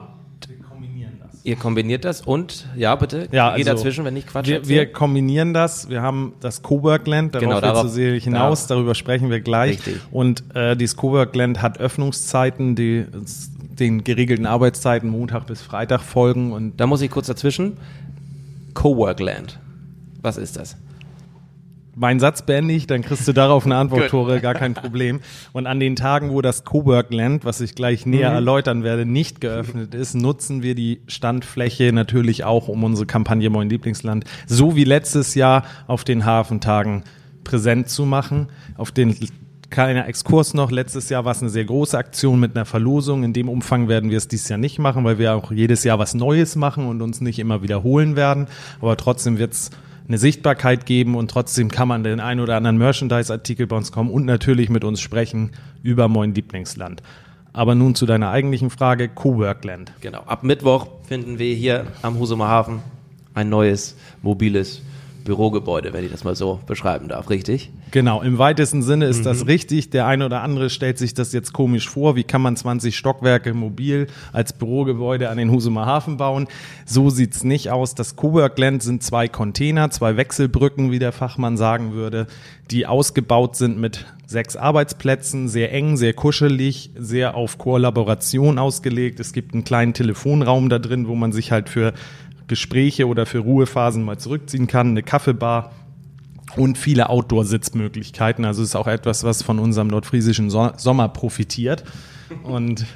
ihr kombiniert das und, ja bitte, ja, geh also dazwischen, wenn ich Quatsch wir kombinieren das, wir haben das Coworkland, darauf willst du hinaus, darüber sprechen wir gleich. Richtig. Und dieses Coworkland hat Öffnungszeiten, die den geregelten Arbeitszeiten Montag bis Freitag folgen. Und da muss ich kurz dazwischen, Coworkland, was ist das? Meinen Satz beende ich, dann kriegst du darauf eine Antwort, Tore, gar kein Problem. Und an den Tagen, wo das Coworkland, was ich gleich näher erläutern werde, nicht geöffnet ist, nutzen wir die Standfläche natürlich auch, um unsere Kampagne Moin Lieblingsland, so wie letztes Jahr auf den Hafentagen präsent zu machen. Auf den kleiner Exkurs noch, letztes Jahr war es eine sehr große Aktion mit einer Verlosung. In dem Umfang werden wir es dieses Jahr nicht machen, weil wir auch jedes Jahr was Neues machen und uns nicht immer wiederholen werden. Aber trotzdem wird es eine Sichtbarkeit geben und trotzdem kann man den ein oder anderen Merchandise-Artikel bei uns kommen und natürlich mit uns sprechen über Moin Lieblingsland. Aber nun zu deiner eigentlichen Frage, Coworkland. Genau, ab Mittwoch finden wir hier am Husumer Hafen ein neues mobiles Bürogebäude, wenn ich das mal so beschreiben darf, richtig? Genau, im weitesten Sinne ist das richtig. Der eine oder andere stellt sich das jetzt komisch vor. Wie kann man 20 Stockwerke mobil als Bürogebäude an den Husumer Hafen bauen? So sieht's nicht aus. Das Cowork-Land sind 2 Container, 2 Wechselbrücken, wie der Fachmann sagen würde, die ausgebaut sind mit 6 Arbeitsplätzen, sehr eng, sehr kuschelig, sehr auf Kollaboration ausgelegt. Es gibt einen kleinen Telefonraum da drin, wo man sich halt für Gespräche oder für Ruhephasen mal zurückziehen kann, eine Kaffeebar und viele Outdoor-Sitzmöglichkeiten. Also es ist auch etwas, was von unserem nordfriesischen Sommer profitiert und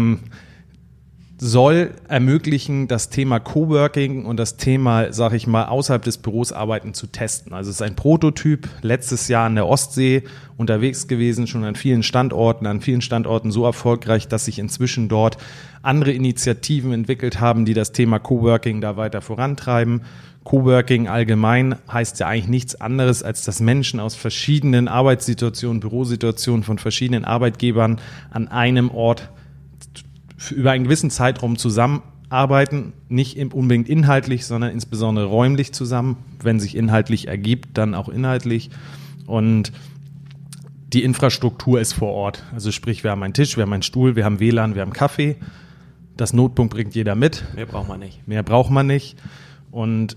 soll ermöglichen, das Thema Coworking und das Thema, sag ich mal, außerhalb des Büros arbeiten zu testen. Also es ist ein Prototyp, letztes Jahr an der Ostsee unterwegs gewesen, schon an vielen Standorten so erfolgreich, dass sich inzwischen dort andere Initiativen entwickelt haben, die das Thema Coworking da weiter vorantreiben. Coworking allgemein heißt ja eigentlich nichts anderes, als dass Menschen aus verschiedenen Arbeitssituationen, Bürosituationen von verschiedenen Arbeitgebern an einem Ort über einen gewissen Zeitraum zusammenarbeiten, nicht unbedingt inhaltlich, sondern insbesondere räumlich zusammen. Wenn sich inhaltlich ergibt, dann auch inhaltlich. Und die Infrastruktur ist vor Ort. Also sprich, wir haben einen Tisch, wir haben einen Stuhl, wir haben WLAN, wir haben Kaffee. Das Notebook bringt jeder mit. Mehr braucht man nicht. Und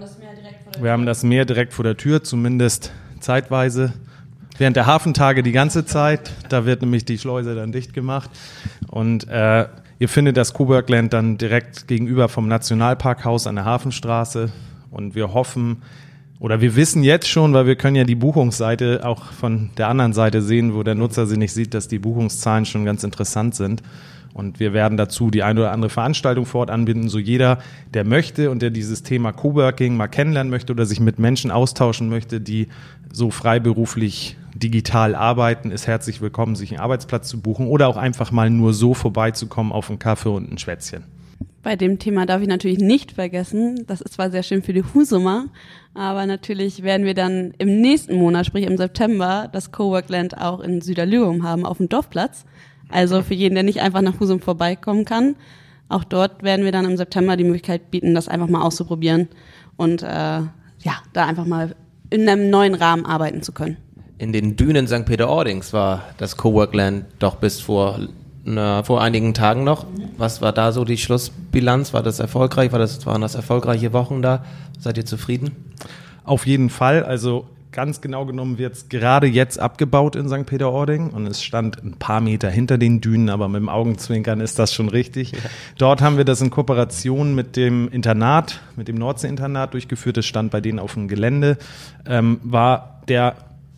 wir haben das Meer direkt vor der Tür, zumindest zeitweise. Während der Hafentage die ganze Zeit, da wird nämlich die Schleuse dann dicht gemacht. Und ihr findet das Cowork-Land dann direkt gegenüber vom Nationalparkhaus an der Hafenstraße. Und wir hoffen, oder wir wissen jetzt schon, weil wir können ja die Buchungsseite auch von der anderen Seite sehen, wo der Nutzer sie nicht sieht, dass die Buchungszahlen schon ganz interessant sind. Und wir werden dazu die eine oder andere Veranstaltung vor Ort anbieten, so jeder, der möchte und der dieses Thema Coworking mal kennenlernen möchte oder sich mit Menschen austauschen möchte, die so freiberuflich digital arbeiten, ist herzlich willkommen, sich einen Arbeitsplatz zu buchen oder auch einfach mal nur so vorbeizukommen auf einen Kaffee und ein Schwätzchen. Bei dem Thema darf ich natürlich nicht vergessen, das ist zwar sehr schön für die Husumer, aber natürlich werden wir dann im nächsten Monat, sprich im September, das Cowork-Land auch in Süderlügum haben, auf dem Dorfplatz. Also für jeden, der nicht einfach nach Husum vorbeikommen kann, auch dort werden wir dann im September die Möglichkeit bieten, das einfach mal auszuprobieren und da einfach mal in einem neuen Rahmen arbeiten zu können. In den Dünen St. Peter-Ordings war das Cowork-Land doch bis vor einigen Tagen noch. Was war da so die Schlussbilanz? War das erfolgreich? Waren das erfolgreiche Wochen da? Seid ihr zufrieden? Auf jeden Fall. Also ganz genau genommen wird es gerade jetzt abgebaut in St. Peter-Ording und es stand ein paar Meter hinter den Dünen, aber mit dem Augenzwinkern ist das schon richtig. Ja. Dort haben wir das in Kooperation mit dem Internat, mit dem Nordsee-Internat durchgeführt. Das stand bei denen auf dem Gelände, war der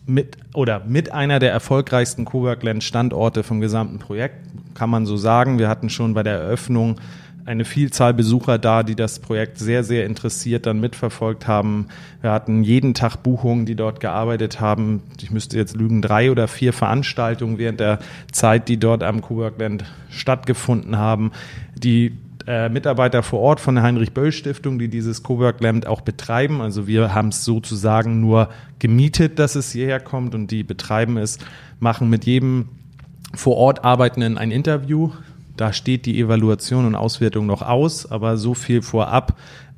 mit einer der erfolgreichsten Cowork-Land-Standorte vom gesamten Projekt, kann man so sagen. Wir hatten schon bei der Eröffnung eine Vielzahl Besucher da, die das Projekt sehr, sehr interessiert dann mitverfolgt haben. Wir hatten jeden Tag Buchungen, die dort gearbeitet haben. Ich müsste jetzt lügen, 3 oder 4 Veranstaltungen während der Zeit, die dort am Cowork-Land stattgefunden haben. Die Mitarbeiter vor Ort von der Heinrich-Böll-Stiftung, die dieses Cowork-Land auch betreiben. Also wir haben es sozusagen nur gemietet, dass es hierher kommt und die betreiben es, machen mit jedem vor Ort Arbeitenden ein Interview. Da steht die Evaluation und Auswertung noch aus, aber so viel vorab.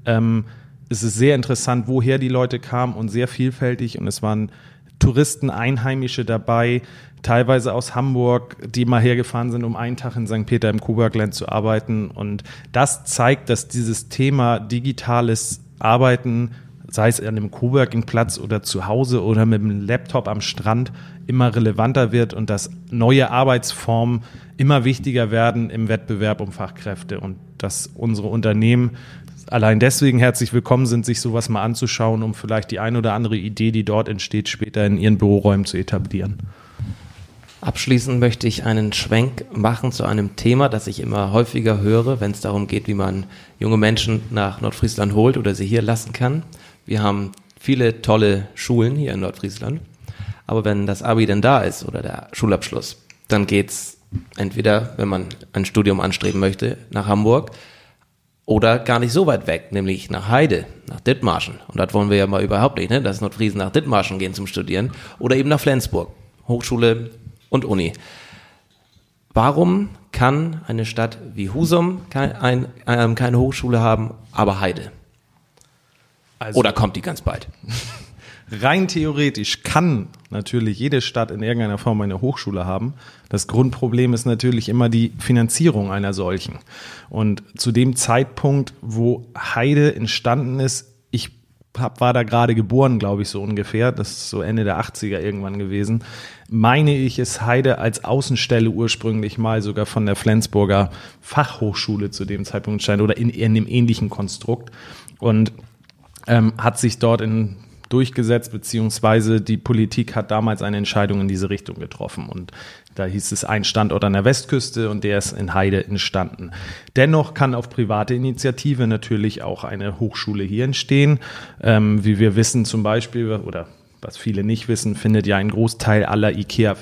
Es ist sehr interessant, woher die Leute kamen und sehr vielfältig und es waren Touristen, Einheimische dabei, teilweise aus Hamburg, die mal hergefahren sind, um einen Tag in St. Peter im Cowork-Land zu arbeiten. Und das zeigt, dass dieses Thema digitales Arbeiten, sei es an einem Coworking-Platz oder zu Hause oder mit dem Laptop am Strand, immer relevanter wird und dass neue Arbeitsformen immer wichtiger werden im Wettbewerb um Fachkräfte und dass unsere Unternehmen allein deswegen herzlich willkommen sind, sich sowas mal anzuschauen, um vielleicht die ein oder andere Idee, die dort entsteht, später in ihren Büroräumen zu etablieren. Abschließend möchte ich einen Schwenk machen zu einem Thema, das ich immer häufiger höre, wenn es darum geht, wie man junge Menschen nach Nordfriesland holt oder sie hier lassen kann. Wir haben viele tolle Schulen hier in Nordfriesland, aber wenn das Abi denn da ist oder der Schulabschluss, dann geht's entweder, wenn man ein Studium anstreben möchte, nach Hamburg oder gar nicht so weit weg, nämlich nach Heide, nach Dithmarschen. Und das wollen wir ja mal überhaupt nicht, ne? Dass Nordfriesen nach Dithmarschen gehen zum Studieren oder eben nach Flensburg, Hochschule und Uni. Warum kann eine Stadt wie Husum keine Hochschule haben, aber Heide? Oder kommt die ganz bald? Rein theoretisch kann natürlich jede Stadt in irgendeiner Form eine Hochschule haben. Das Grundproblem ist natürlich immer die Finanzierung einer solchen. Und zu dem Zeitpunkt, wo Heide entstanden ist, war da gerade geboren, glaube ich, so ungefähr. Das ist so Ende der 80er irgendwann gewesen. Meine ich, ist Heide als Außenstelle ursprünglich mal sogar von der Flensburger Fachhochschule zu dem Zeitpunkt entstanden oder in einem ähnlichen Konstrukt und hat sich dort durchgesetzt, beziehungsweise die Politik hat damals eine Entscheidung in diese Richtung getroffen und da hieß es ein Standort an der Westküste und der ist in Heide entstanden. Dennoch kann auf private Initiative natürlich auch eine Hochschule hier entstehen. Wie wir wissen zum Beispiel, oder was viele nicht wissen, findet ja ein Großteil aller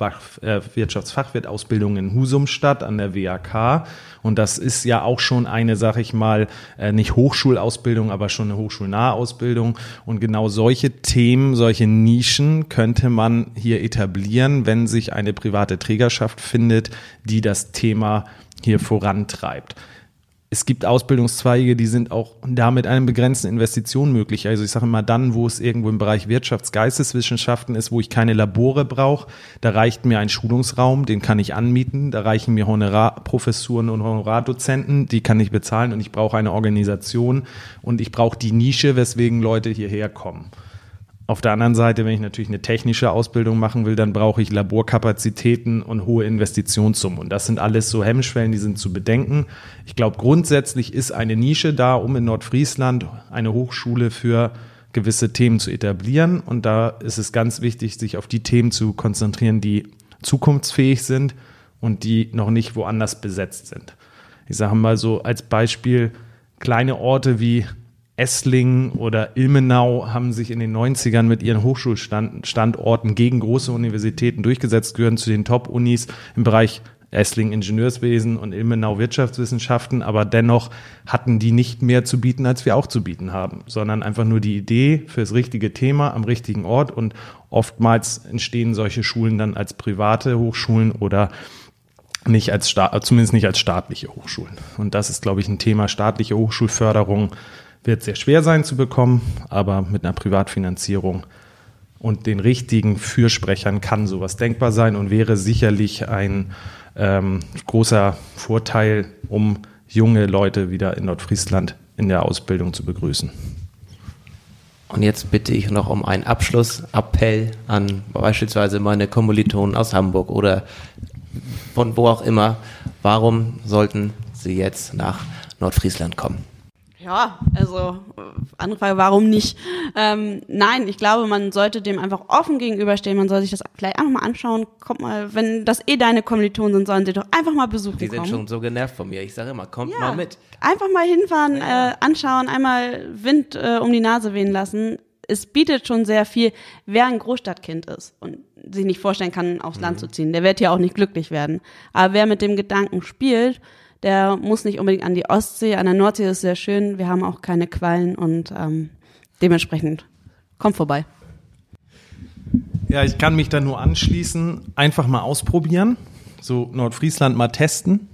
IKEA-Wirtschaftsfachwirt-Ausbildungen in Husum statt, an der WAK. Und das ist ja auch schon eine, sag ich mal, nicht Hochschulausbildung, aber schon eine hochschulnahe Ausbildung. Und genau solche Themen, solche Nischen könnte man hier etablieren, wenn sich eine private Trägerschaft findet, die das Thema hier vorantreibt. Es gibt Ausbildungszweige, die sind auch da mit einer begrenzten Investition möglich. Also ich sage immer dann, wo es irgendwo im Bereich Wirtschafts-Geisteswissenschaften ist, wo ich keine Labore brauche, da reicht mir ein Schulungsraum, den kann ich anmieten, da reichen mir Honorarprofessuren und Honorardozenten, die kann ich bezahlen und ich brauche eine Organisation und ich brauche die Nische, weswegen Leute hierher kommen. Auf der anderen Seite, wenn ich natürlich eine technische Ausbildung machen will, dann brauche ich Laborkapazitäten und hohe Investitionssummen. Und das sind alles so Hemmschwellen, die sind zu bedenken. Ich glaube, grundsätzlich ist eine Nische da, um in Nordfriesland eine Hochschule für gewisse Themen zu etablieren. Und da ist es ganz wichtig, sich auf die Themen zu konzentrieren, die zukunftsfähig sind und die noch nicht woanders besetzt sind. Ich sage mal so als Beispiel, kleine Orte wie Esslingen oder Ilmenau haben sich in den 90ern mit ihren Hochschulstandorten gegen große Universitäten durchgesetzt, gehören zu den Top-Unis im Bereich Esslingen Ingenieurswesen und Ilmenau Wirtschaftswissenschaften, aber dennoch hatten die nicht mehr zu bieten, als wir auch zu bieten haben, sondern einfach nur die Idee für das richtige Thema am richtigen Ort und oftmals entstehen solche Schulen dann als private Hochschulen oder nicht als zumindest nicht als staatliche Hochschulen. Und das ist, glaube ich, ein Thema. Staatliche Hochschulförderung wird sehr schwer sein zu bekommen, aber mit einer Privatfinanzierung und den richtigen Fürsprechern kann sowas denkbar sein und wäre sicherlich ein großer Vorteil, um junge Leute wieder in Nordfriesland in der Ausbildung zu begrüßen. Und jetzt bitte ich noch um einen Abschlussappell an beispielsweise meine Kommilitonen aus Hamburg oder von wo auch immer. Warum sollten sie jetzt nach Nordfriesland kommen? Ja, also andere Frage, warum nicht? Nein, ich glaube, man sollte dem einfach offen gegenüberstehen. Man soll sich das vielleicht einfach mal anschauen. Kommt mal, wenn das deine Kommilitonen sind, sollen sie doch einfach mal besuchen kommen. Die sind schon so genervt von mir. Ich sage immer, kommt mal mit. Einfach mal hinfahren, anschauen, einmal Wind um die Nase wehen lassen. Es bietet schon sehr viel, wer ein Großstadtkind ist und sich nicht vorstellen kann, aufs Land zu ziehen. Der wird ja auch nicht glücklich werden. Aber wer mit dem Gedanken spielt, der muss nicht unbedingt an die Ostsee, an der Nordsee ist es sehr schön. Wir haben auch keine Quallen und dementsprechend kommt vorbei. Ja, ich kann mich da nur anschließen. Einfach mal ausprobieren. So Nordfriesland mal testen.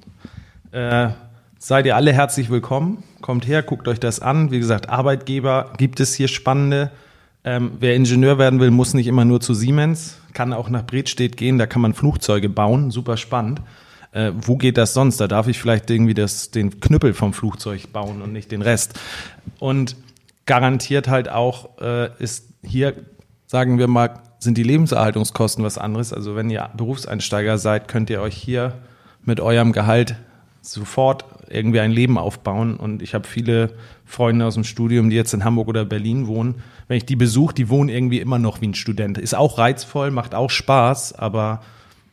Seid ihr alle herzlich willkommen. Kommt her, guckt euch das an. Wie gesagt, Arbeitgeber gibt es hier spannende. Wer Ingenieur werden will, muss nicht immer nur zu Siemens. Kann auch nach Bredstedt gehen, da kann man Flugzeuge bauen. Super spannend. Wo geht das sonst? Da darf ich vielleicht irgendwie den Knüppel vom Flugzeug bauen und nicht den Rest. Und garantiert halt auch ist hier, sagen wir mal, sind die Lebenserhaltungskosten was anderes. Also wenn ihr Berufseinsteiger seid, könnt ihr euch hier mit eurem Gehalt sofort irgendwie ein Leben aufbauen. Und ich habe viele Freunde aus dem Studium, die jetzt in Hamburg oder Berlin wohnen. Wenn ich die besuche, die wohnen irgendwie immer noch wie ein Student. Ist auch reizvoll, macht auch Spaß, aber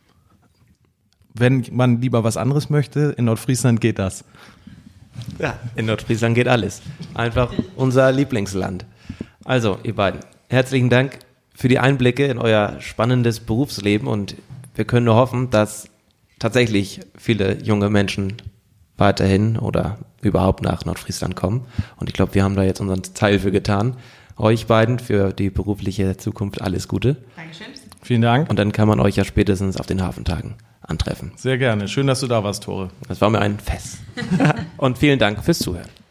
wenn man lieber was anderes möchte, in Nordfriesland geht das. Ja, in Nordfriesland geht alles. Einfach unser Lieblingsland. Also, ihr beiden, herzlichen Dank für die Einblicke in euer spannendes Berufsleben und wir können nur hoffen, dass tatsächlich viele junge Menschen weiterhin oder überhaupt nach Nordfriesland kommen. Und ich glaube, wir haben da jetzt unseren Teil für getan. Euch beiden für die berufliche Zukunft alles Gute. Dankeschön. Vielen Dank. Und dann kann man euch ja spätestens auf den Hafentagen antreffen. Sehr gerne. Schön, dass du da warst, Tore. Das war mir ein Fest. Und vielen Dank fürs Zuhören.